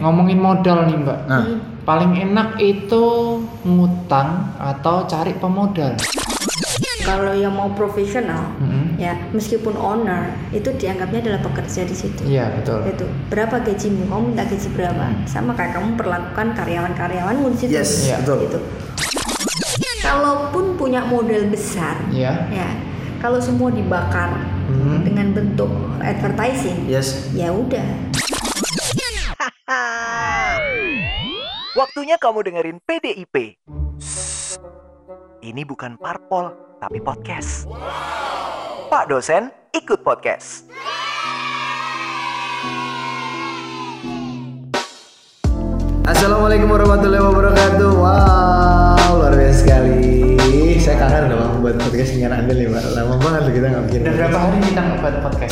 ngomongin modal nih Mbak. Nah, Paling enak itu ngutang atau cari pemodal? Kalau yang mau profesional, ya meskipun owner itu dianggapnya adalah pekerja di situ. Iya betul. Itu berapa gajimu? Kamu minta gaji berapa? Sama kayak kamu perlakukan karyawan-karyawanmu di situ. yes, Iya. betul. Gitu. Kalaupun punya modal besar, Iya. ya kalau semua dibakar dengan bentuk advertising, Yes. ya udah. Waktunya kamu dengerin PDIP. Ini bukan parpol, tapi podcast. Pak dosen ikut podcast. Assalamualaikum warahmatullahi wabarakatuh. Wow, luar biasa sekali. Saya kangen udah mau buat podcast dengan Anda nih, Mbak. Lama banget loh kita nggak bikin. Udah berapa hari kita ngebuat podcast?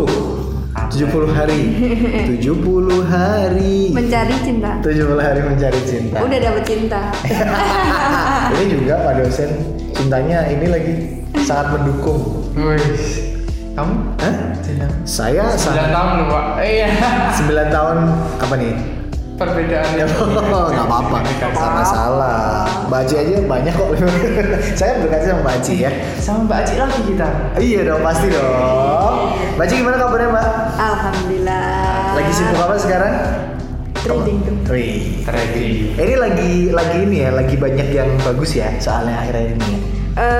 70 hari. 70 hari. Mencari cinta. 70 hari mencari cinta. Udah dapet cinta. Ini juga Pak dosen cintanya ini lagi sangat mendukung. Wih. Kamu? Hah? Cinta. Saya 9 sangat tahun loh Pak. Iya. 9 tahun apa nih? Perbedaannya. Oh, nggak apa-apa, nggak masalah. Mbak Aci aja banyak kok. Saya berkasih sama Mbak Aci ya. Sama Mbak Aci lagi kita. Iya dong, pasti dong. Mbak Aci gimana kabarnya Mbak? Alhamdulillah. Lagi sibuk apa sekarang? Trading tuh. Trading. Ini lagi ini ya, lagi banyak yang bagus ya soalnya akhir-akhir ini ya.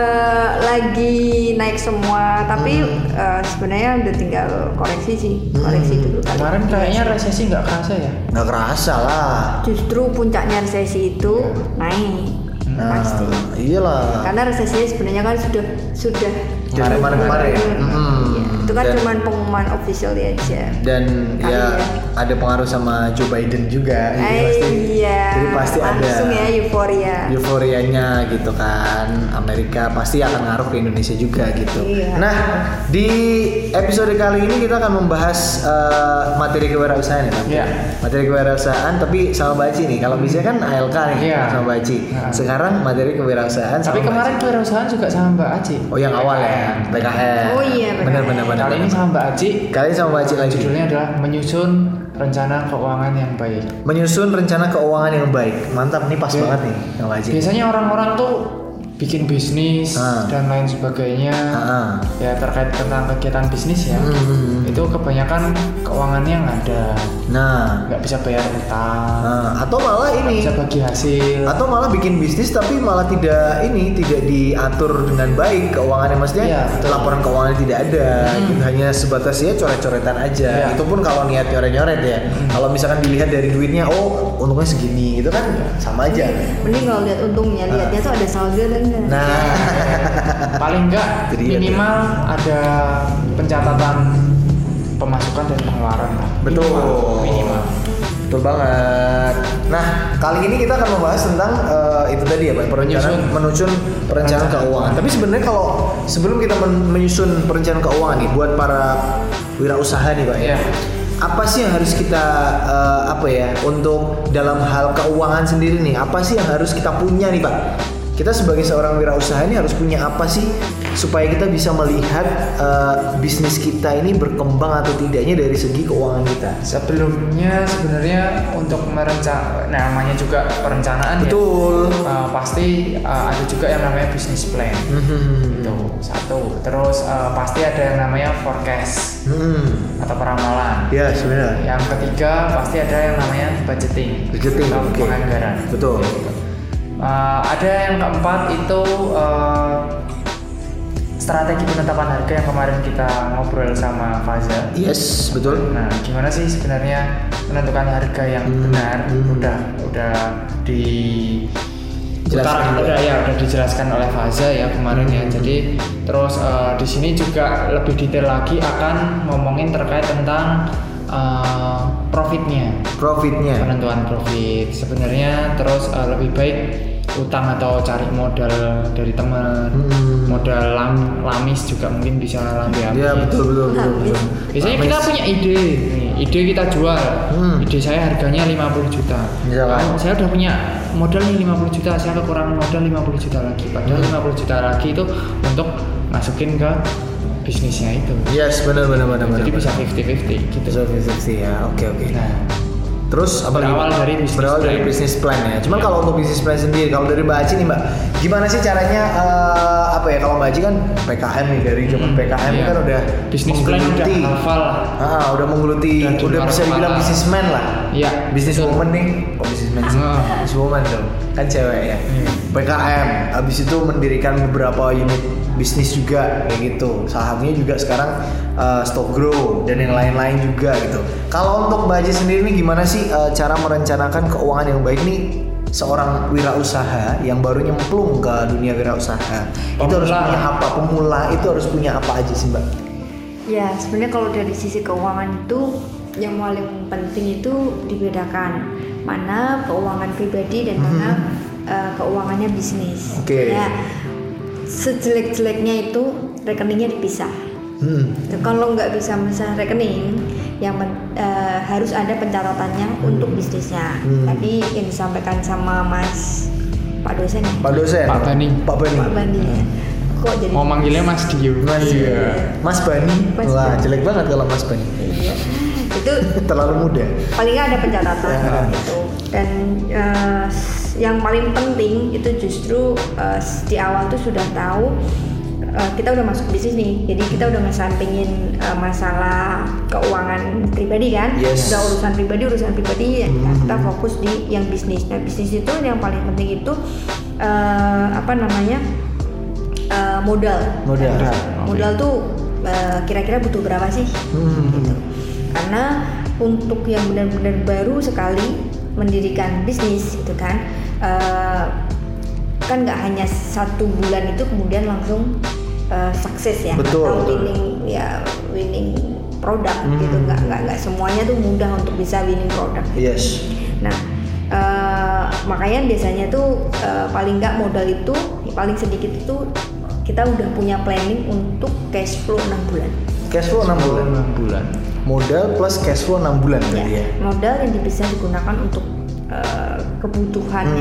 Lagi naik semua, tapi sebenarnya udah tinggal koreksi sih, koreksi dulu kali. Kemarin kayaknya resesi nggak kerasa ya? Nggak kerasa lah. Justru puncaknya resesi itu naik, pasti. Iyalah. Karena resesinya sebenarnya kan sudah Kemarin-kemarin. Iya, itu kan Dan- cuma pengumuman official aja. Dan Kali ya ya. ada pengaruh sama Joe Biden juga. Jadi pasti ada. Langsung ya euforia. Euforianya gitu kan. Amerika pasti akan ngaruh ke Indonesia juga gitu. Iya. Nah, di episode kali ini kita akan membahas materi kewirausahaan ya, Pak. Iya. Materi kewirausahaan tapi sama Mbak Aci nih. Kalau biasanya kan ALK nih Iya. sama Mbak Aci. Nah. Sekarang materi kewirausahaan sama Tapi Mbak kemarin Aci. kewirausahaan juga sama Mbak Aci. Oh, yang awal ya, PKN. Oh iya, Benar. Kali ini sama Mbak Aci. Kali ini sama Mbak Aci lagi. Judulnya adalah menyusun rencana keuangan yang baik. Menyusun rencana keuangan yang baik. Mantap nih, pas Oke. banget nih sama Mbak Aci. Biasanya orang-orang tuh bikin bisnis dan lain sebagainya. Ya terkait tentang kegiatan bisnis ya. Itu kebanyakan keuangannya nggak ada. Nah, Nggak bisa bayar utang. atau malah Nggak ini. bisa bagi hasil. Atau malah bikin bisnis tapi malah tidak diatur dengan baik keuangannya, maksudnya Iya, betul. laporan keuangannya tidak ada, gitu. Hanya sebatas ya coret-coretan aja. Iya. Itu pun kalau niat nyoret-nyoret ya. Kalau misalkan dilihat dari duitnya, oh untungnya segini, itu kan sama aja. Mending kalau lihat untungnya, lihatnya tuh ada saldo dan enggak. Nah, Paling nggak Jadi ya, minimal ada pencatatan pemasukan dan pengeluaran lah. betul. Minimal. Betul banget. Nah, kali ini kita akan membahas tentang itu tadi ya, Pak, menyusun perencanaan keuangan. Tapi sebenarnya kalau sebelum kita menyusun perencanaan keuangan nih buat para wirausaha nih, Pak ya. Iya. Apa sih yang harus kita untuk dalam hal keuangan sendiri nih? Apa sih yang harus kita punya nih, Pak? Kita sebagai seorang wirausaha ini harus punya apa sih supaya kita bisa melihat bisnis kita ini berkembang atau tidaknya dari segi keuangan kita? Sebelumnya sebenarnya untuk namanya juga perencanaan Betul. ya. Pasti ada juga yang namanya business plan. Itu satu. Terus pasti ada yang namanya forecast atau peramalan. Ya, sebenarnya. Yang ketiga pasti ada yang namanya budgeting. Budgeting, atau oke. penganggaran. Betul. Ada yang keempat itu strategi penetapan harga yang kemarin kita ngobrol sama Faza. Yes, betul. Nah, gimana sih sebenarnya menentukan harga yang benar? Udah udah dijelaskan oleh Faza ya kemarin ya. Jadi terus di sini juga lebih detail lagi akan ngomongin terkait tentang profitnya, penentuan profit sebenarnya. Terus lebih baik utang atau cari modal dari teman, modal lamis juga mungkin bisa ambil. Ya, betul. Biasanya kita punya ide kita jual, ide saya harganya 50 juta. Misalkan. Saya udah punya modal nih 50 juta, saya kekurangan modal 50 juta lagi. Padahal 50 juta lagi itu untuk masukin ke bisnisnya itu. Yes, benar. Jadi bisa 50-50 gitu. Bisa 50 ya. Oke. Nah, Terus berawal dari bisnis plan ya. Cuman kalau untuk bisnis plan sendiri, kalau dari Mbak Aci nih Mbak, gimana sih caranya kalau Mbak Aci kan PKM nih, dari zaman PKM kan udah bisnis plan udah hafal lah. Udah menggeluti, udah bisa dibilang bisnisman lah. Iya. Bisnis woman nih, kok bisnisman sih? Bisnis woman dong, kan cewek ya. PKM, habis itu mendirikan beberapa unit bisnis juga kayak gitu. Sahamnya juga sekarang stock grow dan yang lain-lain juga gitu. Kalau untuk Mbak Aci sendiri nih gimana sih cara merencanakan keuangan yang baik nih seorang wirausaha yang baru nyemplung ke dunia wirausaha? Itu harus punya apa? Pemula itu harus punya apa aja sih Mbak? Ya sebenarnya kalau dari sisi keuangan itu yang paling penting itu dibedakan mana keuangan pribadi dan mana keuangannya bisnis. Ya sejelek-jeleknya itu rekeningnya dipisah. Kalau nggak bisa misah rekening, yang harus ada pencatatannya untuk bisnisnya. Tadi yang disampaikan sama Pak dosen ya? Pak Bani. Kok jadi mau manggilnya Mas Dio? Mas Bani. Wah, jelek banget kalau Mas Bani. Iya. Itu terlalu muda. Paling nggak ada pencatatan gitu. Dan yang paling penting itu justru di awal tuh sudah tahu kita udah masuk bisnis nih, jadi kita udah ngesampingin masalah keuangan pribadi kan. Udah urusan pribadi kita fokus di yang bisnis. Nah bisnis itu yang paling penting itu modal tuh kira-kira butuh berapa sih gitu. Karena untuk yang benar-benar baru sekali mendirikan bisnis gitu kan kan nggak hanya 1 bulan itu kemudian langsung sukses ya, atau winning produk gitu. Nggak semuanya tuh mudah untuk bisa winning produk gitu. Nah makanya biasanya tuh paling nggak modal itu paling sedikit itu kita udah punya planning untuk cash flow 6 bulan. Cash flow 6 bulan. Modal plus cash flow 6 bulan ya. Modal yang bisa digunakan untuk kebutuhan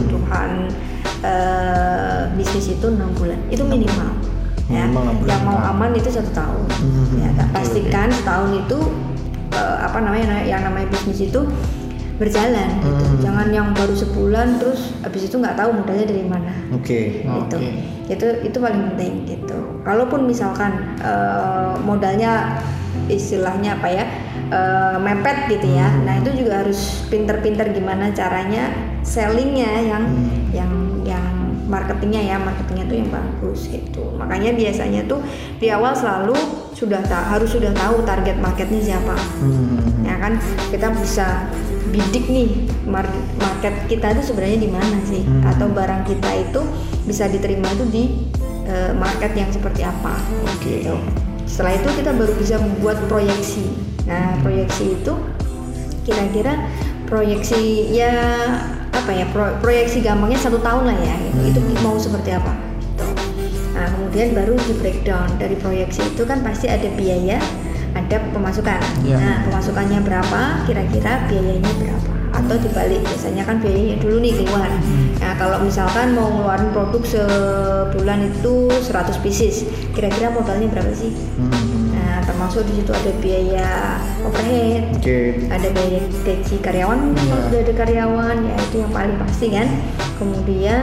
bisnis itu 6 bulan itu minimal. Yang mau aman itu 1 tahun. Pastikan setahun itu yang namanya bisnis itu berjalan gitu. Jangan yang baru sebulan terus habis itu nggak tahu modalnya dari mana. Itu paling penting gitu. Kalaupun misalkan modalnya istilahnya mepet gitu ya. Nah itu juga harus pinter-pinter gimana caranya sellingnya yang marketingnya tuh yang bagus gitu. Makanya biasanya tuh di awal selalu harus sudah tahu target marketnya siapa. Ya kan kita bisa bidik nih market kita itu sebenarnya di mana sih, atau barang kita itu bisa diterima itu di market yang seperti apa. Gitu. Setelah itu kita baru bisa membuat proyeksi. Nah proyeksi itu kira-kira proyeksi proyeksi gampangnya 1 tahun lah ya gitu. Itu mau seperti apa gitu. Nah kemudian baru di breakdown dari proyeksi itu kan pasti ada biaya, ada pemasukan. Nah pemasukannya berapa, kira-kira biayanya berapa, atau dibalik, biasanya kan biayanya dulu nih keluar. Nah kalau misalkan mau ngeluarin produk sebulan itu 100 pieces, kira-kira modalnya berapa sih? Nah termasuk di situ ada biaya overhead, ada biaya gaji karyawan, kalau sudah ada karyawan ya itu yang paling pasti kan. Kemudian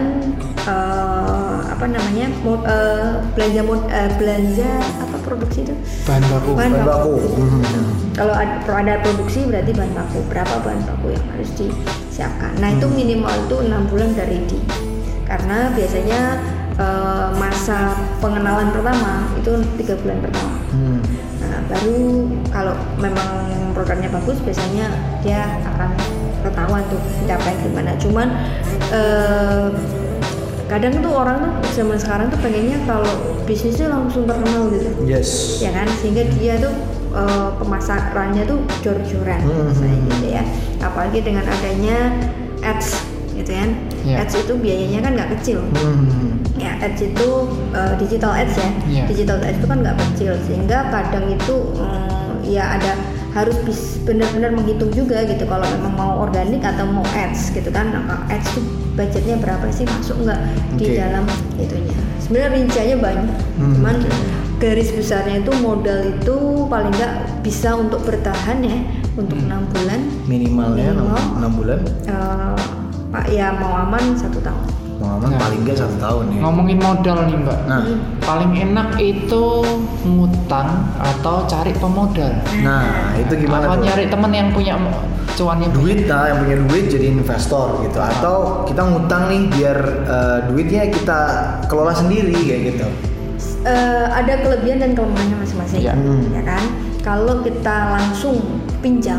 belanja produksi itu bahan baku. Kalau ada produksi berarti bahan baku, berapa bahan baku yang harus disiapkan. Nah itu minimal itu 6 bulan dari ready, karena biasanya masa pengenalan pertama itu 3 bulan pertama. Nah baru kalau memang produknya bagus biasanya dia akan ketahuan tuh mencapai gimana. Cuman kadang tuh orang tuh zaman sekarang tuh pengennya kalau bisnisnya langsung terkenal gitu. Ya kan, sehingga dia tuh pemasarannya tuh jor-joran gitu ya. Apalagi dengan adanya ads gitu kan. Ads itu biayanya kan nggak kecil. Ya ads itu digital ads ya. Digital ads itu kan nggak kecil, sehingga kadang itu harus benar-benar menghitung juga gitu kalau memang mau organik atau mau ads gitu kan. Ads tuh budgetnya berapa sih, masuk nggak di dalam itunya. Sebenarnya rinciannya banyak, cuman garis besarnya itu modal itu paling nggak bisa untuk bertahan ya untuk 6 bulan. Minimalnya 6 bulan. Pak ya mau aman 1 tahun. Mau aman paling nggak 1 tahun ya. Ngomongin modal nih Mbak. Nah, paling enak itu ngutang atau cari pemodal. nah itu gimana Apa tuh? nyari temen yang punya cuannya Duit, nah yang punya duit jadi investor gitu, atau kita ngutang nih biar duitnya kita kelola sendiri kayak gitu. Ada kelebihan dan kelemahannya masing-masing, Iya. ya kan? Kalau kita langsung pinjam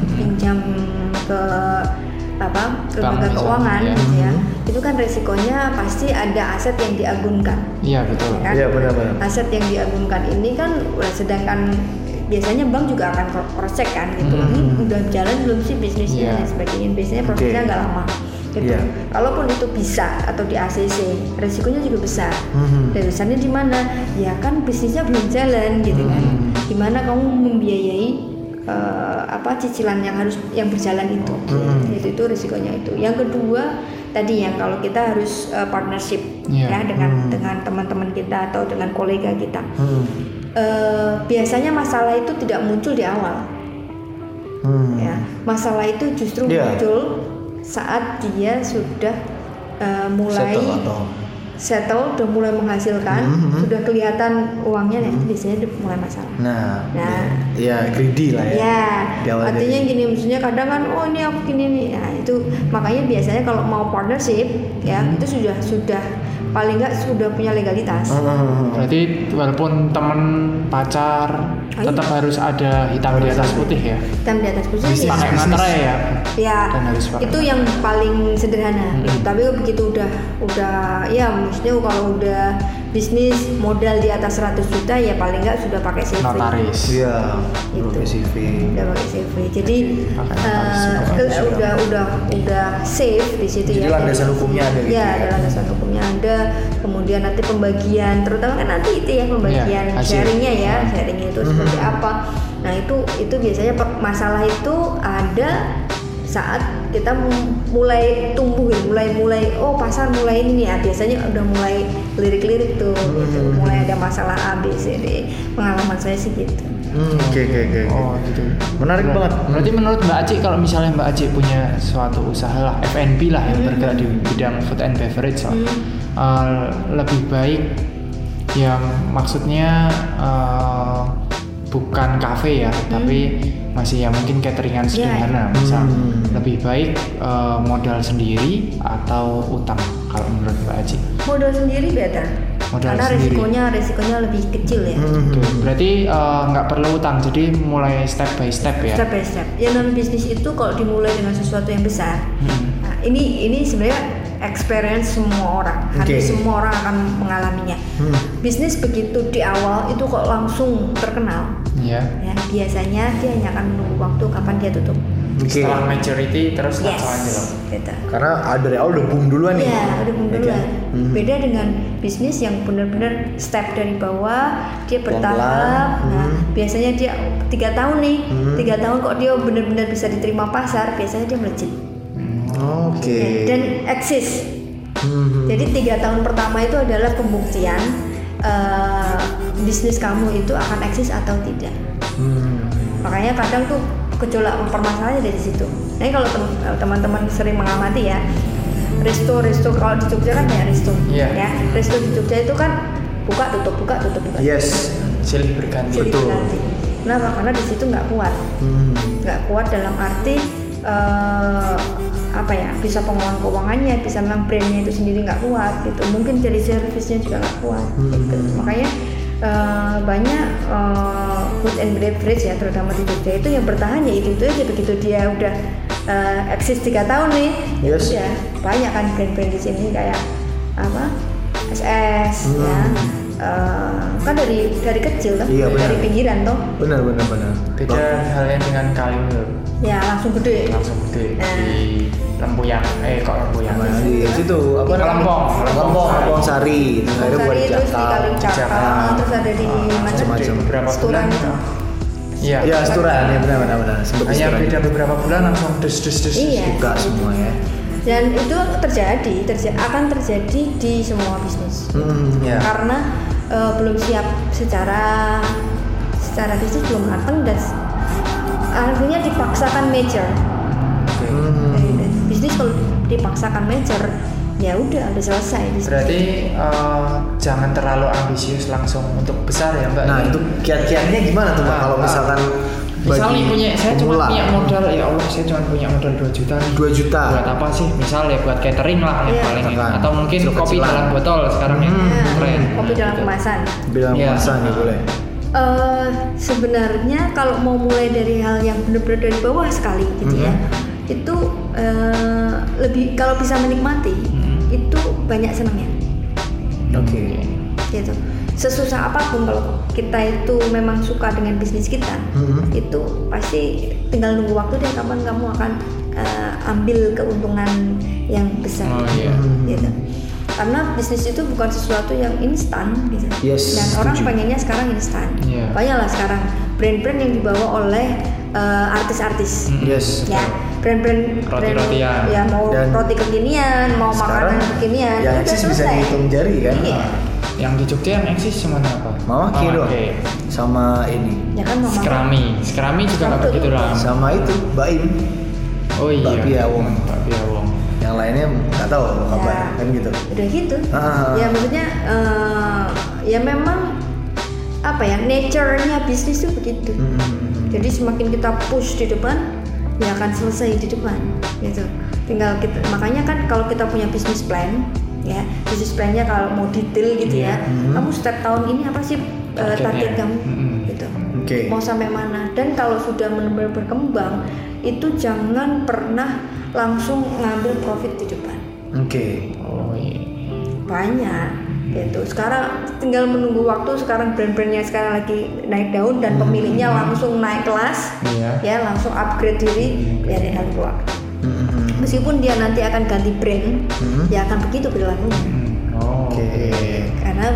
ke lembaga Bank, keuangan, ya. gitu ya, itu kan resikonya pasti ada aset yang diagunkan, Iya betul. ya kan? Iya, benar-benar. Aset yang diagunkan ini kan, sedangkan biasanya bank juga akan cross check kan, gitu. Ini udah jalan belum sih bisnisnya Iya. dan sebagainya. Biasanya prosesnya Oke. nggak lama. Gitu. Iya. Kalaupun itu bisa atau di ACC, resikonya juga besar. Dan besarnya di mana? Ya kan bisnisnya belum jalan gitu kan. Gimana kamu membiayai cicilan yang berjalan itu. Itu risikonya itu. Yang kedua tadi yang kalau kita harus partnership ya dengan teman-teman kita atau dengan kolega kita. Biasanya masalah itu tidak muncul di awal. Ya, masalah itu justru muncul saat dia sudah mulai settle, udah mulai menghasilkan, sudah kelihatan uangnya, biasanya udah mulai masalah. Nah, ya greedy lah ya. Ya, Di awal artinya dari- gini, maksudnya kadang kan, oh ini aku gini nih, nah itu makanya biasanya kalau mau partnership, ya itu sudah paling nggak sudah punya legalitas. Berarti walaupun temen pacar tetap harus ada hitam di atas putih ya. Hitam di atas putih ya. Pakai materai ya. Ya, Dan harus pakai itu yang paling sederhana. Tapi begitu udah ya maksudnya kalau udah bisnis modal di atas 100 juta ya paling nggak sudah pakai CV. Notaris. Iya, Gitu. pakai CV. Udah pakai CV. Jadi Pakai notaris. udah safe di situ Jadi ya. landasan hukumnya ada gitu Ya, ya. ada landasan hukumnya ada. Kemudian nanti pembagian, terutama kan nanti itu ya pembagian Iya, hasil. sharingnya ya, sharingnya itu seperti apa. Nah itu biasanya masalah itu ada saat kita mulai tumbuh, mulai oh pasar mulai ini ya, biasanya udah mulai lirik-lirik tuh, gitu. Mulai ada masalah A B C D. Pengalaman saya sih gitu. Oke. Oh gitu. Menarik banget. Berarti menurut Mbak Aci, kalau misalnya Mbak Aci punya suatu usaha lah, F&B lah yang bergerak di bidang food and beverage lah, lebih baik yang maksudnya bukan kafe ya, tapi masih ya mungkin cateringan sederhana, misal lebih baik modal sendiri atau utang kalau menurut Mbak Aci? Modal sendiri better. Modal Karena sendiri. resikonya lebih kecil ya. Oke, berarti nggak perlu utang, jadi mulai step by step ya. Step by step. Ya non bisnis itu kalau dimulai dengan sesuatu yang besar. Nah, ini sebenarnya experience semua orang. Hampir semua orang akan mengalaminya. Bisnis begitu di awal itu kok langsung terkenal. Iya. Ya, biasanya dia hanya akan menunggu waktu kapan dia tutup. Setelah maturity terus langsung aja loh. Gitu. Karena dari awal udah boom duluan nih. Iya, udah boom Ya kan? duluan. Beda dengan bisnis yang benar-benar step dari bawah, dia bertahap. Nah, biasanya dia 3 tahun nih, 3 tahun kok dia benar-benar bisa diterima pasar, biasanya dia melejit. Oke. Dan eksis. Jadi 3 tahun pertama itu adalah pembuktian bisnis kamu itu akan eksis atau tidak. Makanya kadang tuh gejolak permasalahannya dari situ. Nah, kalau teman-teman sering mengamati ya, resto kalau di Jogja kan ya resto, ya resto di Jogja itu kan buka tutup. Yes. Silih berganti. Silih berganti. Kenapa? Karena di situ nggak kuat, nggak kuat dalam arti bisa pengelolaan keuangannya, bisa memang brandnya itu sendiri nggak kuat gitu. Mungkin dari servisnya juga nggak kuat. Gitu. Makanya banyak food and beverage ya, terutama di Jogja itu yang bertahan ya itu aja. Begitu dia udah eksis 3 tahun nih, ya banyak kan brand-brand di sini kayak SS ya. Kan dari kecil tuh, dari pinggiran tuh. Benar. Beda halnya dengan Kalimil. Ya langsung gede. Di Lempuyang. Di situ Lempong Sari. Sari terus di Kalincaka, terus ada di macam-macam. Berapa bulan itu. Iya. Ya Seturan ya benar. Hanya beda beberapa bulan langsung dus. Iya. Buka semua ya. Dan itu akan terjadi di semua bisnis. Karena belum siap secara bisnis belum matang dan artinya dipaksakan major. Bisnis kalau dipaksakan major, ya udah selesai. Berarti jangan terlalu ambisius langsung untuk besar ya Mbak. Nah, itu kiat-kiatnya gimana tuh Mbak kalau misalkan misal nih saya cuma pemula. punya modal, ya Allah saya cuma punya modal 2 juta nih. 2 juta. Buat apa sih? Misal ya buat catering lah yang paling enak. Atau mungkin kopi dalam botol sekarang yang tren. Kopi dalam kemasan. Bilang kemasan ya boleh. Sebenarnya kalau mau mulai dari hal yang benar-benar dari bawah sekali gitu ya, itu lebih kalau bisa menikmati itu banyak senangnya. Oke. Gitu. Sesusah apapun kalau kita itu memang suka dengan bisnis kita, itu pasti tinggal nunggu waktu deh kapan kamu akan ambil keuntungan yang besar. Gitu. Karena bisnis itu bukan sesuatu yang instan gitu. Yes, Dan orang setuju. pengennya sekarang instan. Banyaklah sekarang brand-brand yang dibawa oleh artis-artis. Yes. Ya, brand-brand Roti-rotian. ya mau Dan roti kekinian, mau sekarang makanan kekinian, yang udah eksis bisa selesai. dihitung jari kan. Iya. Yang di Jogja yang eksis cuma apa? Mama Kiro sama ini Ya kan mama. Skrami juga nggak begitu lah. sama itu Baim. Oh iya. Mbak Piawong. Mbak Piawong. Yang lainnya nggak tahu kabar kan gitu. Udah gitu. Ah. Ya maksudnya ya memang apa ya, nature-nya bisnis itu begitu. Jadi semakin kita push di depan, ya akan selesai di depan gitu. Tinggal kita, makanya kan kalau kita punya bisnis plan, ya bisnis plan-nya kalau mau detail gitu ya, kamu setiap tahun ini apa sih target kamu gitu. Oke. Mau sampai mana? Dan kalau sudah benar-benar berkembang, itu jangan pernah langsung ngambil profit di depan. Oke. Oh iya. Banyak gitu. Sekarang tinggal menunggu waktu. Sekarang brand-brandnya sekarang lagi naik daun dan pemiliknya langsung naik kelas, ya langsung upgrade diri, ya dengan waktu. Meskipun dia nanti akan ganti brand, ya akan begitu perilakunya. Oke. Karena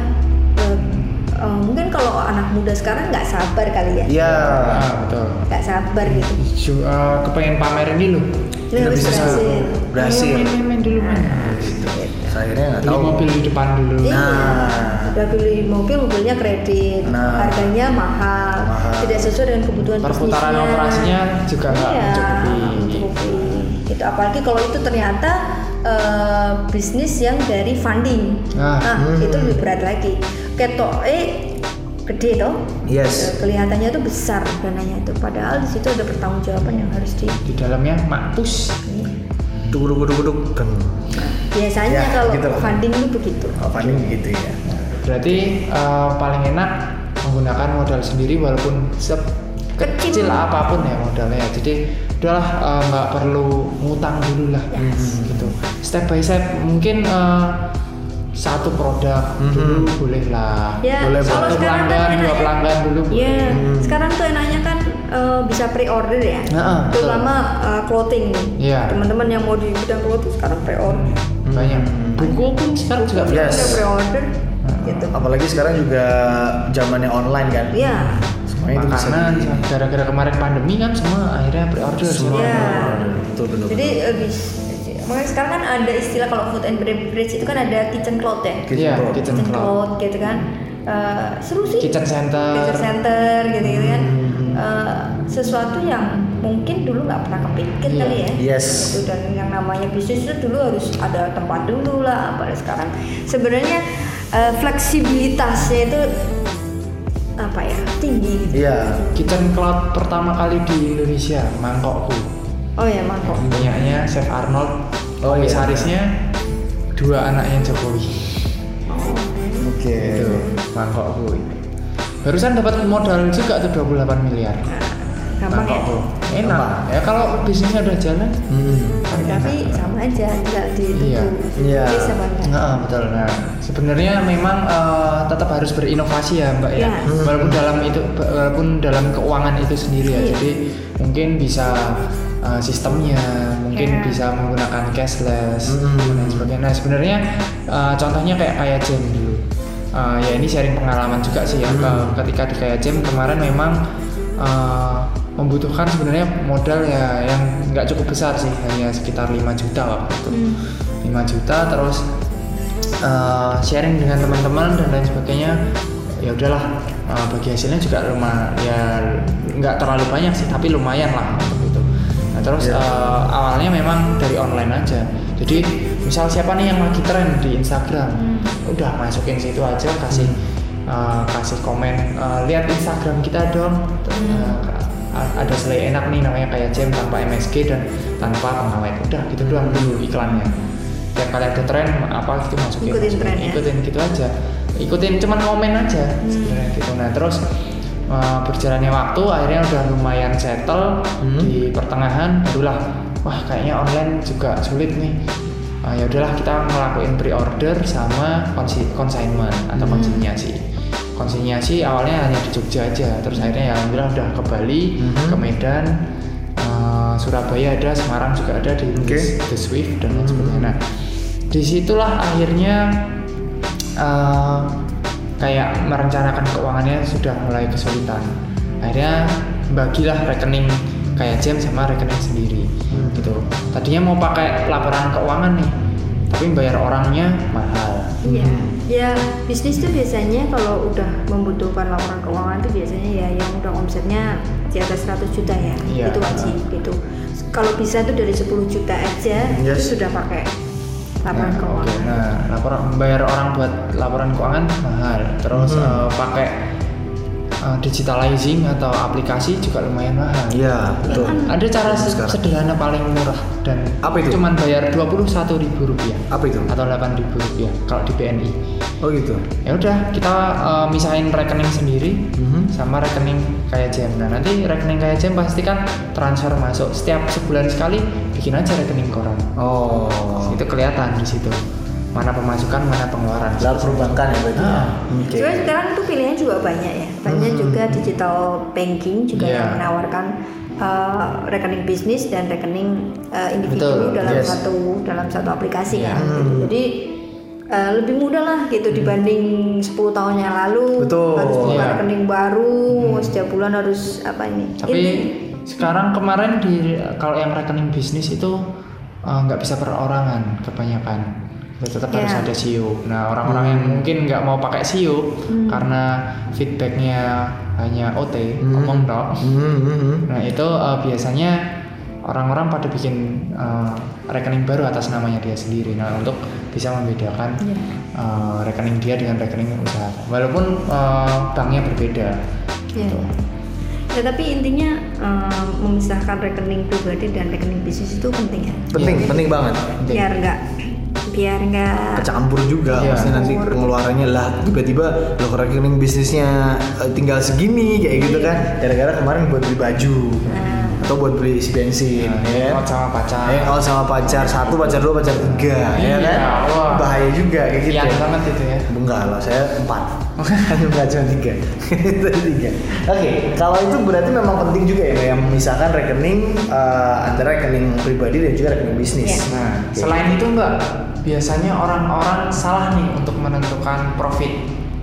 mungkin kalau anak muda sekarang nggak sabar kali ya. Iya. Betul. Nggak sabar gitu. Kepengen pamerin dulu. Ini harus Berhasil. Main dulu main. Saya akhirnya nggak Beli tahu. mobil di depan dulu. Iya. Udah beli mobil, mobilnya kredit, harganya mahal, tidak sesuai dengan kebutuhan Perputaran bisnisnya. operasinya juga nggak mencukupi. Gitu. Apalagi kalau itu ternyata bisnis yang dari funding, itu lebih berat lagi. Ketok gede toh, Yes. kelihatannya itu besar dananya itu, padahal di situ ada pertanggungjawaban yang harus Di dalamnya makpus. Duduk. biasanya Ya, kalau gitu. funding itu begitu. Oh, funding gitu ya. Berarti paling enak menggunakan modal sendiri walaupun kecil apapun ya modalnya. Jadi udahlah nggak perlu ngutang dulu lah, gitu. Step by step mungkin satu produk dulu boleh lah. Ya, Boleh, kalau satu sekarang pelanggan, kan 2 pelanggan dulu boleh. Ya, sekarang tuh enaknya kan bisa pre-order ya. Terutama clothing nih. Iya. Teman-teman yang mau di bidang clothing sekarang pre-order. Banyak. Buku pun sekarang juga Yes. Udah pre-order gitu. Apalagi sekarang juga zamannya online kan. Iya. Semuanya itu bisa makanan gara-gara kemarin pandemi kan semua akhirnya pre-order semua. Iya. Betul. Jadi makanya sekarang kan ada istilah kalau food and beverage itu kan ada kitchen cloth ya. Iya, kitchen cloth. Cloth gitu kan. Seru sih. Kitchen center. Kitchen center gitu kan. Sesuatu yang mungkin dulu nggak pernah kepikir kali ya. Yes. Itu, dan yang namanya bisnis itu dulu harus ada tempat dulu lah. Pada sekarang sebenarnya fleksibilitasnya itu apa ya, tinggi gitu. Iya. Kitchen cloth pertama kali di Indonesia, mangkokku. Oh ya, mangkok. Punyanya Chef Arnold. Komisarisnya 2 anaknya Jokowi. Oke. Itu mangkokku itu. Barusan dapat modal juga tuh 28 miliar. Gampang ya. Mangkokku. Enak. Ya kalau bisnisnya udah jalan. Tapi sama aja, nggak Iya. Iya. sama enggak. Nah, betul. Nah, sebenarnya memang tetap harus berinovasi ya, Mbak ya. Ya. Walaupun dalam keuangan itu sendiri ya. Iya. Jadi mungkin bisa sistemnya, mungkin Ya. bisa menggunakan cashless dan sebagainya. Nah, sebenarnya contohnya kayak jam dulu. Ya ini sharing pengalaman juga sih ya. Ketika di kayak jam kemarin memang membutuhkan sebenarnya modal ya yang nggak cukup besar sih, hanya sekitar 5 juta waktu itu. 5 juta terus sharing dengan teman-teman dan lain sebagainya. Ya udahlah, bagi hasilnya juga nggak terlalu banyak sih, tapi lumayan lah untuk itu. Nah terus awalnya memang dari online aja. Jadi misal siapa nih yang lagi tren di Instagram, udah masukin situ aja, kasih komen, lihat Instagram kita dong. Ada selai enak nih namanya kayak jam tanpa MSG dan tanpa pengawet. Udah gitu doang dulu iklannya. Tiap kali ada tren apa gitu masukin ikutin gitu aja. Ikutin cuman komen aja sebenarnya gitu. Nah terus berjalannya waktu akhirnya udah lumayan settle di pertengahan, barulah wah kayaknya online juga sulit nih. Ya udahlah kita ngelakuin pre-order sama consignment atau konsinyasi awalnya hanya di Jogja aja, terus akhirnya ya alhamdulillah udah ke Bali, ke Medan, Surabaya ada, Semarang juga ada di The Swift dan lain sebagainya. Nah disitulah akhirnya kayak merencanakan keuangannya sudah mulai kesulitan. Akhirnya bagilah rekening kayak jam sama rekening sendiri gitu. Tadinya mau pakai laporan keuangan nih, tapi bayar orangnya mahal. Iya, ya bisnis tuh biasanya kalau udah membutuhkan laporan keuangan tuh biasanya ya yang udah omsetnya di atas 100 juta ya, itu wajib gitu. Kalau bisa tuh dari 10 juta aja itu sudah pakai laporan keuangan. Nah, bayar orang buat laporan keuangan mahal. Terus pakai digitalizing atau aplikasi juga lumayan mahal. Iya, betul. Ada cara sederhana paling murah dan apa itu? Cuman bayar Rp21.000. Apa itu? Atau Rp8.000 kalau di BNI. Oh gitu. Ya udah kita misahin rekening sendiri sama rekening kayak jam. Nah nanti rekening kayak jam pasti kan transfer masuk setiap sebulan sekali, bikin aja rekening koran. Oh. Itu kelihatan di situ. Mana pemasukan, mana pengeluaran. Lalu perbankan ya berarti. Sebenarnya sekarang itu pilihannya juga banyak ya. Banyak juga digital banking juga yang menawarkan rekening bisnis dan rekening individu dalam satu aplikasi ya. Gitu. Jadi lebih mudah lah gitu dibanding 10 tahun yang lalu. Harus buka rekening baru, setiap bulan harus Tapi sekarang kemarin kalau yang rekening bisnis itu nggak bisa perorangan kebanyakan. Tetap harus ada CEO. Nah orang-orang yang mungkin nggak mau pakai CEO karena feedbacknya hanya OT, ngomong dong. Nah itu biasanya orang-orang pada bikin rekening baru atas namanya dia sendiri. Nah untuk bisa membedakan rekening dia dengan rekening usaha, walaupun banknya berbeda. Gitu. Ya tapi intinya memisahkan rekening pribadi dan rekening bisnis itu penting ya. Penting banget. Biar nggak kecampur juga, maksudnya nanti pengeluarannya lah tiba-tiba lo rekening bisnisnya tinggal segini kayak gitu kan, gara-gara kemarin buat beli baju atau buat beli isi bensin, out sama pacar, sama pacar 1, pacar 2, pacar 3, ya kan, bahaya juga kayak gitu. Yang banget itu ya. Enggak lah, saya 4 bukan cuma 3. Oke, kalau itu berarti memang penting juga ya yang memisahkan rekening antara rekening pribadi dan juga rekening bisnis. Nah, selain itu Mbak, biasanya orang-orang salah nih untuk menentukan profit.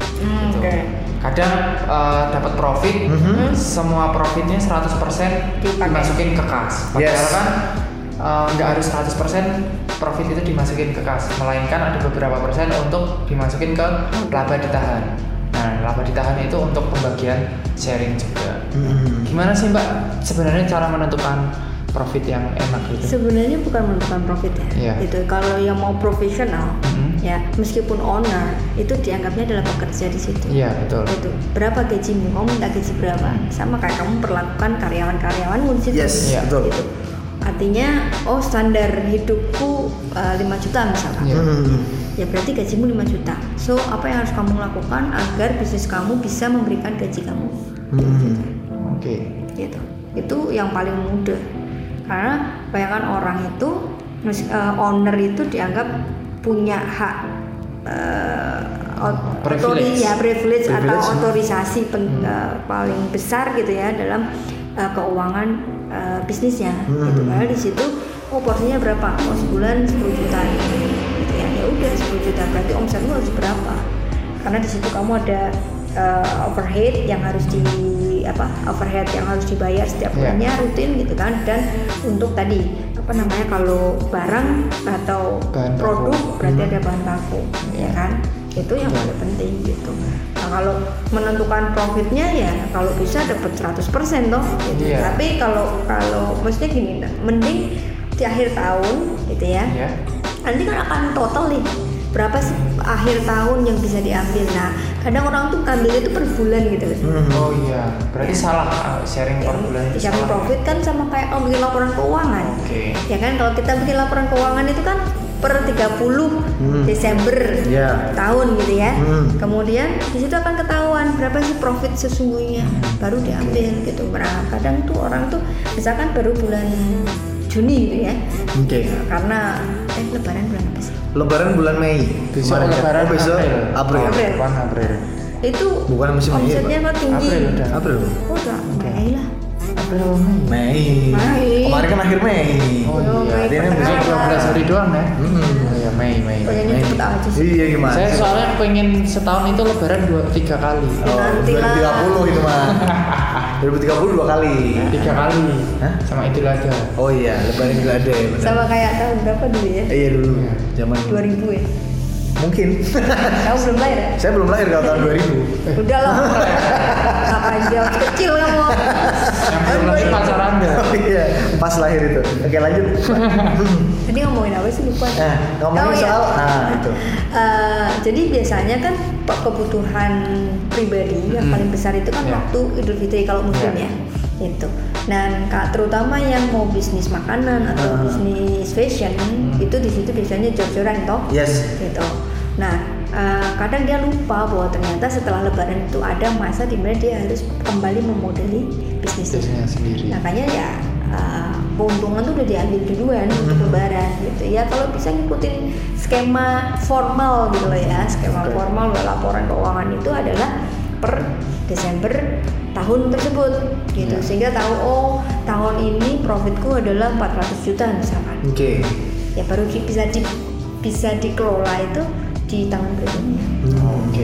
Kadang dapat profit, semua profitnya 100% dimasukin ke kas. Padahal kan nggak harus 100% profit itu dimasukin ke kas, melainkan ada beberapa persen untuk dimasukin ke laba ditahan. Nah, laba ditahan itu untuk pembagian sharing juga. Gimana sih Mbak sebenarnya cara menentukan profit yang enak gitu? Sebenarnya bukan menentukan profit ya. Gitu. Kalau yang mau profesional, ya meskipun owner itu dianggapnya adalah pekerja di situ. Iya betul. Gitu. Berapa gajimu? Kamu minta gaji berapa? Sama kayak kamu perlakukan karyawan-karyawanmu di situ. Iya betul. Gitu. Artinya, standar hidupku 5 juta misalkan. Ya berarti gajimu 5 juta. So apa yang harus kamu lakukan agar bisnis kamu bisa memberikan gaji kamu? Gitu. Itu yang paling mudah. Karena bayangkan orang itu, owner itu dianggap punya hak privilege atau otorisasi paling besar gitu ya dalam keuangan bisnisnya. Gitu. Karena di situ porsinya berapa? Sebulan 10 juta gitu ya. Ya udah 10 juta berarti omsetmu harus berapa? Karena di situ kamu ada overhead yang harus dibayar setiap bulannya rutin gitu kan, dan untuk tadi kalau barang atau bahan produk baku. Berarti ada bahan baku ya kan, Itu yang paling penting gitu. Nah, kalau menentukan profitnya ya kalau bisa dapat 100% toh gitu. Iya. Tapi kalau maksudnya gini, mending di akhir tahun gitu ya. Iya. Nanti kan akan total nih berapa sih akhir tahun yang bisa diambil. Nah, kadang orang tuh ambil itu per bulan gitu. Oh iya, berarti salah sharing per bulan itu Sharing salah. profit kan sama kayak bikin laporan keuangan. Oke. Ya kan kalau kita bikin laporan keuangan itu kan per 30 Desember Ya. tahun gitu ya. Hmm. Kemudian di situ akan ketahuan berapa sih profit sesungguhnya baru diambil gitu. Nah, kadang tuh orang tuh misalkan baru bulan Juni gitu ya. Oke. Karena lebaran bulan apa sih? Lebaran bulan Mei. Besok Kemarin ya? lebaran Oh, besok April. April. Depan April. Itu Bukan musim Mei, omsetnya Pak. kok tinggi. April udah. April. Oh, udah Mei lah. April Mei. Mei. Mei. Kemarin kan akhir Mei. Oh Oh, iya, Mei ini besok pertengahan. 12 hari doang ya. Hmm. Oh iya, Mei. Pokoknya Mei. cepet aja sih. Iya gimana? Saya soalnya pengen setahun itu lebaran 2-3 kali. Oh, Nanti lah. 2030 itu mah. 2030 2 kali. 3 kali. Hah? Sama Idul Adha. Oh iya, lebaran juga ada ya. benar. Sama kayak tahun berapa dulu ya? Iya dulu. Zaman 2000 ya. mungkin. Kamu belum lahir ya? Saya belum lahir kalau tahun 2000. Udah lah. Ngapain jauh kecil kamu? Yang belum lagi pacar Anda. Oh iya, pas lahir itu. Oke, lanjut. Tadi ngomongin apa sih lupa? Ngomongin Oh, iya. soal itu. Jadi biasanya kan kebutuhan pribadi yang paling besar itu kan Ya. waktu Idul Fitri kalau muslim Ya. ya. Itu. Dan terutama yang mau bisnis makanan atau bisnis fashion itu di situ biasanya jor-joran toh. Yes. Gitu. Nah, kadang dia lupa bahwa ternyata setelah Lebaran itu ada masa di mana dia harus kembali memodeli bisnisnya. Bisnisnya sendiri. Makanya ya keuntungan tuh udah diambil duluan untuk Lebaran gitu ya. Kalau bisa ngikutin skema formal gitu loh ya, skema formal laporan keuangan itu adalah per Desember tahun tersebut gitu, sehingga tahu oh tahun ini profitku adalah 400 juta misalkan. Oke. Ya baru bisa dikelola itu di tahun berikutnya. Oke.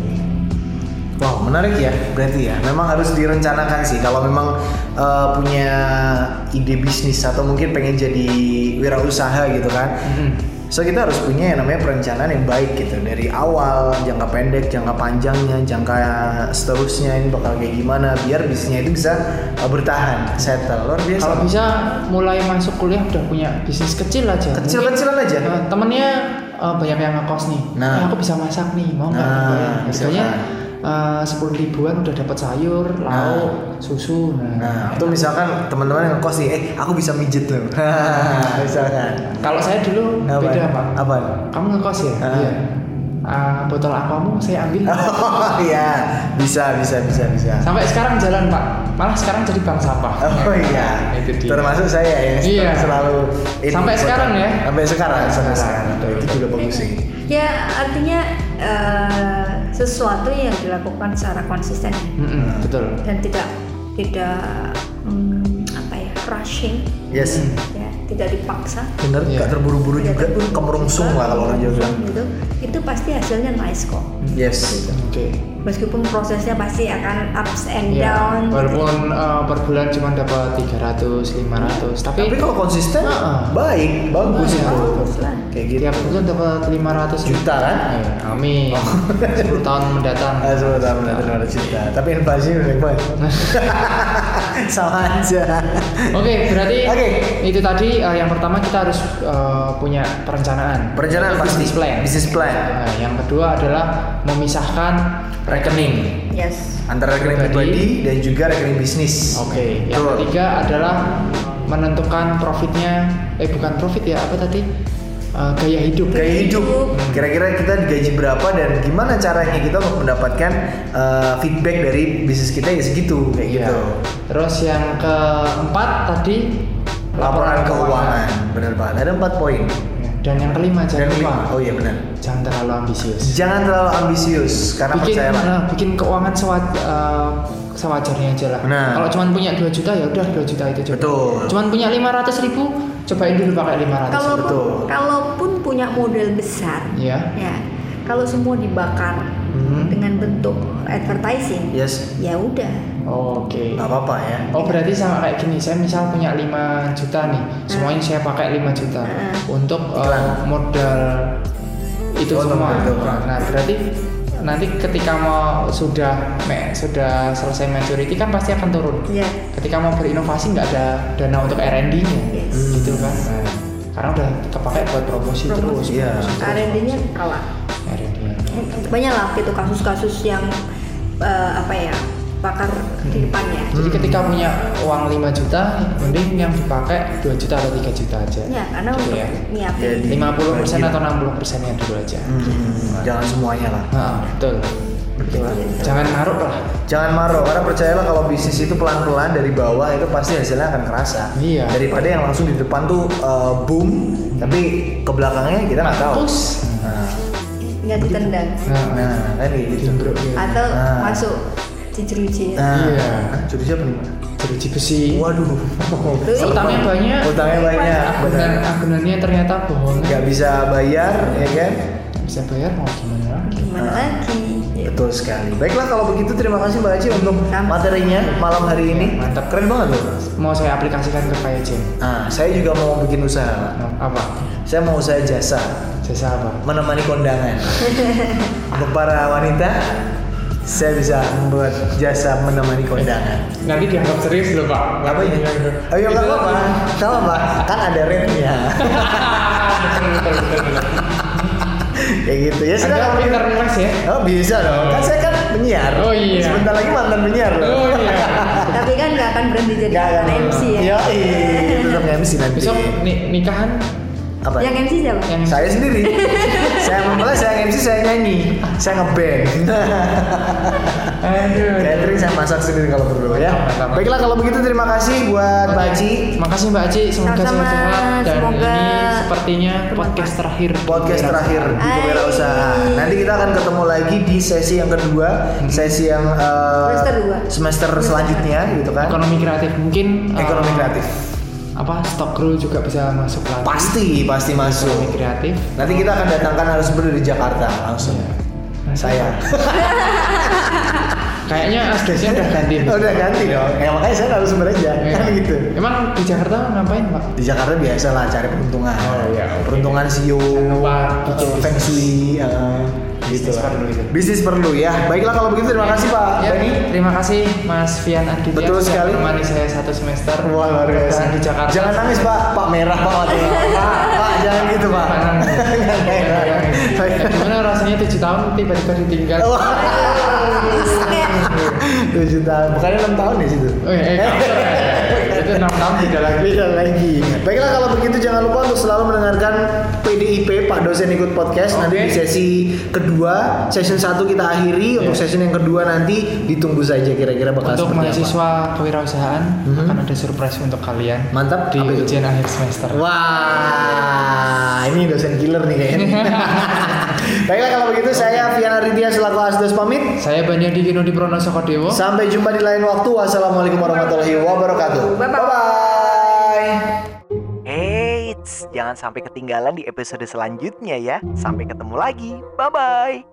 Wow, menarik ya. Berarti ya, memang harus direncanakan sih. Kalau memang punya ide bisnis atau mungkin pengen jadi wirausaha gitu kan. So kita harus punya yang namanya perencanaan yang baik gitu dari awal, jangka pendek, jangka panjangnya, jangka seterusnya ini bakal kayak gimana biar bisnisnya itu bisa bertahan, settle. Luar biasa. Kalau bisa mulai masuk kuliah udah punya bisnis kecil aja. Kecil-kecilan aja. Temennya banyak yang ngekos nih. Nah. Aku bisa masak nih, mau nggak? Nah, Misalnya misalkan. 10 ribuan udah dapat sayur, lauk, susu. Nah, atau misalkan teman-teman yang ngekos nih, aku bisa mijet loh. Misalkan. Kalau saya dulu beda Pak. Apa? Kamu ngekos ya? Iya. Botol aquamu saya ambil. Oh iya, bisa. Sampai sekarang jalan Pak. Malah sekarang jadi bank sampah. Oh iya, Itu dia. termasuk saya yang Iya. selalu Sampai sekarang ya? Sampai sekarang. Itu juga bagus sih. Ya artinya sesuatu yang dilakukan secara konsisten Betul. dan tidak apa ya, rushing Yes. ya, tidak dipaksa. Bener, Iya. gak terburu-buru Tidak juga, terburu-buru kemerungsung juga, lah kalau orang Jawa bilang. gitu. Itu pasti hasilnya nice kok. Yes. Oke. Meskipun prosesnya pasti akan ups and Ya, down. walaupun per bulan cuma dapat 300, 500, Tapi tapi kalau konsisten, Heeh. bagus Bagus, itu. bagus lah. Kayak gitu. tiap bulan dapat 500 Juta kan? Amin. 10 tahun mendatang. Sebetulnya mendatang 200 juta. Tapi inflasi udah banget. Sama aja. Oke, berarti Oke. itu tadi yang pertama kita harus punya perencanaan. Perencanaan pasti. Business plan. Business plan. Nah, yang kedua adalah memisahkan rekening. Yes. Antara rekening pribadi dan juga rekening bisnis. Oke. Yang Betul. ketiga adalah menentukan profitnya. Bukan profit ya, apa tadi? Gaya hidup. Gaya hidup. Kira-kira kita digaji berapa dan gimana caranya kita untuk mendapatkan feedback dari bisnis kita ya segitu kayak Iya. gitu. Terus yang keempat tadi Laporan keuangan. Benar banget. Ada 4 poin. Dan yang kelima jangan Dan lupa, oh iya benar. jangan terlalu ambisius. Jangan terlalu ambisius karena percayalah. Bikin keuangan sewajarnya aja lah. Nah. Kalau cuma punya 2 juta ya udah 2 juta itu cukup. Betul. Cuman punya 500 ribu, cobain dulu pakai 500 ribu. Betul. Kalaupun punya modal besar, Iya. ya kalau semua dibakar dengan bentuk advertising, Yes. ya udah. Oke. Nggak apa-apa ya. Oh berarti sama kayak gini, saya misal punya 5 juta nih, semuanya saya pakai 5 juta untuk Iklan. modal itu semua. Nah berarti nanti ketika mau sudah selesai maturity kan pasti akan turun. Ketika mau berinovasi nggak ada dana untuk R&D-nya, gitu kan. Karena udah kepakai buat promosi terus. R&D-nya kalah. Banyak lah gitu kasus-kasus yang bakar di depannya. Jadi ketika punya uang 5 juta, mending yang dipakai 2 juta atau 3 juta aja. Ya, karena gitu untuk nyiapin 50% atau 60% nya dulu aja. Jangan semuanya lah. Betul. Jangan maruk lah. Jangan maruk, karena percayalah kalau bisnis itu pelan-pelan dari bawah itu pasti hasilnya akan kerasa. Iya. Daripada yang langsung di depan tuh boom, tapi ke belakangnya kita nggak tahu. nggak ditendang. Kan gitu. Atau masuk jeruji. Iya. Jeruji apa nih? Jeruji besi. Waduh. Utangnya banyak. Agunannya ternyata bohong. Nggak bisa bayar, ya kan? Bisa bayar mau gimana? Gimana lagi? Betul sekali. Baiklah kalau begitu terima kasih Mbak Aci untuk materinya malam hari ini. Mantap. Keren banget loh. Mau saya aplikasikan ke Kaya Jen. Saya juga mau bikin usaha. Apa? Saya mau usaha jasa. Jasa apa? Menemani kondangan. Untuk para wanita, saya bisa membuat jasa menemani kondangan. Nanti dianggap serius loh Pak. Apa ini? Ayo nggak apa-apa. Kan ada rate-nya. Betul. Kayak gitu ya. Sudah Anda pintar nulis ya? Oh bisa dong. Kan saya kan penyiar. Oh iya. Sebentar lagi mantan penyiar loh. Oh iya. Tapi kan nggak akan berhenti jadi MC ya. Iya, tetap MC nanti. Besok nikahan apa? Yang MC siapa? Saya sendiri. Saya memulai, saya MC, saya nyanyi, saya ngeband. Catering saya masak sendiri kalau perlu ya. Baiklah kalau begitu terima kasih buat Mbak Aci. Terima kasih Mbak Aci, semoga sehat-sehat dan ini sepertinya podcast terakhir di Kewirausahaan. Nanti kita akan ketemu lagi di sesi yang kedua, sesi yang semester selanjutnya gitu kan. Ekonomi kreatif mungkin. Ekonomi kreatif. Stock crew juga bisa masuk lagi. Pasti masuk. Ekonomi kreatif. Nanti kita akan datangkan harus dari Jakarta langsung. Saya. Kayaknya asdesnya udah ganti. Udah ganti dong. Makanya saya harus aja. Kan gitu. Emang di Jakarta ngapain Pak? Di Jakarta biasa lah cari peruntungan. Peruntungan CEO, feng shui, bisnis perlu ya. Baiklah kalau begitu terima kasih Pak Bani. Terima kasih Mas Fian Aditya. Betul sekali. Menemani saya 1 semester. Wah luar biasa. Di Jakarta. Jangan nangis Pak merah Pak matanya. Pak jangan gitu Pak. Gimana rasanya 7 tahun tiba-tiba ditinggal? 7 tahun, bukannya 6 tahun ya situ? Itu 6 tahun beda lagi. Baiklah kalau begitu jangan lupa untuk selalu mendengarkan PDIP Pak Dosen Ikut Podcast. Nanti di sesi kedua, session 1 kita akhiri. Untuk session yang kedua nanti ditunggu saja kira-kira bakal untuk seperti apa. Untuk mahasiswa kewirausahaan akan ada surprise untuk kalian. Mantap. Di ujian akhir semester. Wah, ini dosen killer nih kayaknya. Baiklah kalau begitu saya Fian Aditya selaku Asdos pamit. Saya Banyadi Kinudi Pronoso Kodewo. Sampai jumpa di lain waktu. Wassalamualaikum warahmatullahi wabarakatuh. Bye-bye. Eits, jangan sampai ketinggalan di episode selanjutnya ya. Sampai ketemu lagi. Bye-bye.